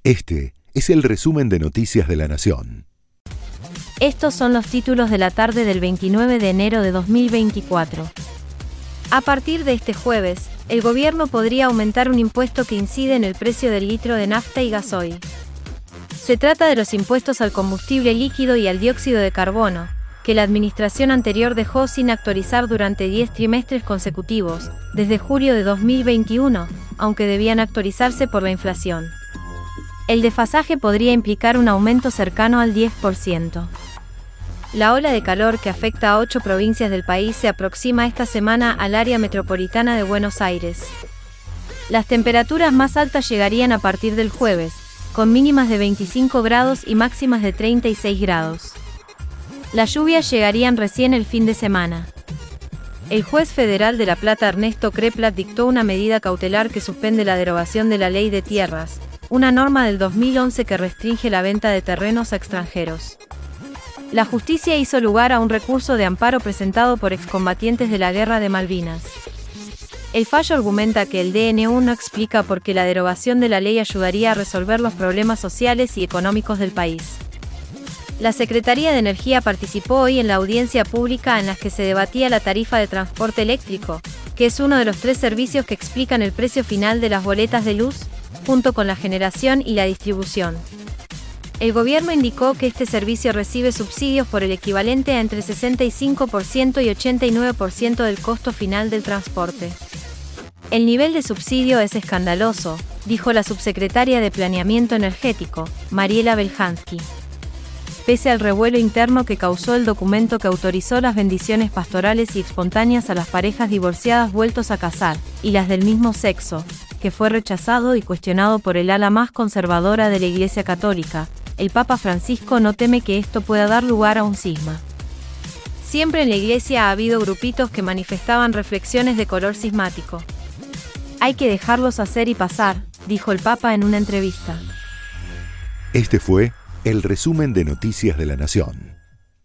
Este es el resumen de Noticias de la Nación. Estos son los títulos de la tarde del 29 de enero de 2024. A partir de este jueves, el gobierno podría aumentar un impuesto que incide en el precio del litro de nafta y gasoil. Se trata de los impuestos al combustible líquido y al dióxido de carbono, que la administración anterior dejó sin actualizar durante 10 trimestres consecutivos, desde julio de 2021, aunque debían actualizarse por la inflación. El desfasaje podría implicar un aumento cercano al 10%. La ola de calor que afecta a 8 provincias del país se aproxima esta semana al área metropolitana de Buenos Aires. Las temperaturas más altas llegarían a partir del jueves, con mínimas de 25 grados y máximas de 36 grados. Las lluvias llegarían recién el fin de semana. El juez federal de La Plata, Ernesto Kreplat, dictó una medida cautelar que suspende la derogación de la Ley de Tierras, una norma del 2011 que restringe la venta de terrenos a extranjeros. La justicia hizo lugar a un recurso de amparo presentado por excombatientes de la Guerra de Malvinas. El fallo argumenta que el DNU no explica por qué la derogación de la ley ayudaría a resolver los problemas sociales y económicos del país. La Secretaría de Energía participó hoy en la audiencia pública en la que se debatía la tarifa de transporte eléctrico, que es uno de los 3 servicios que explican el precio final de las boletas de luz, junto con la generación y la distribución. El gobierno indicó que este servicio recibe subsidios por el equivalente a entre 65% y 89% del costo final del transporte. El nivel de subsidio es escandaloso, dijo la subsecretaria de Planeamiento Energético, Mariela Beljansky. Pese al revuelo interno que causó el documento que autorizó las bendiciones pastorales y espontáneas a las parejas divorciadas vueltos a casar, y las del mismo sexo, que fue rechazado y cuestionado por el ala más conservadora de la Iglesia Católica, el Papa Francisco no teme que esto pueda dar lugar a un cisma. Siempre en la Iglesia ha habido grupitos que manifestaban reflexiones de color cismático. Hay que dejarlos hacer y pasar, dijo el Papa en una entrevista. Este fue el resumen de Noticias de la Nación.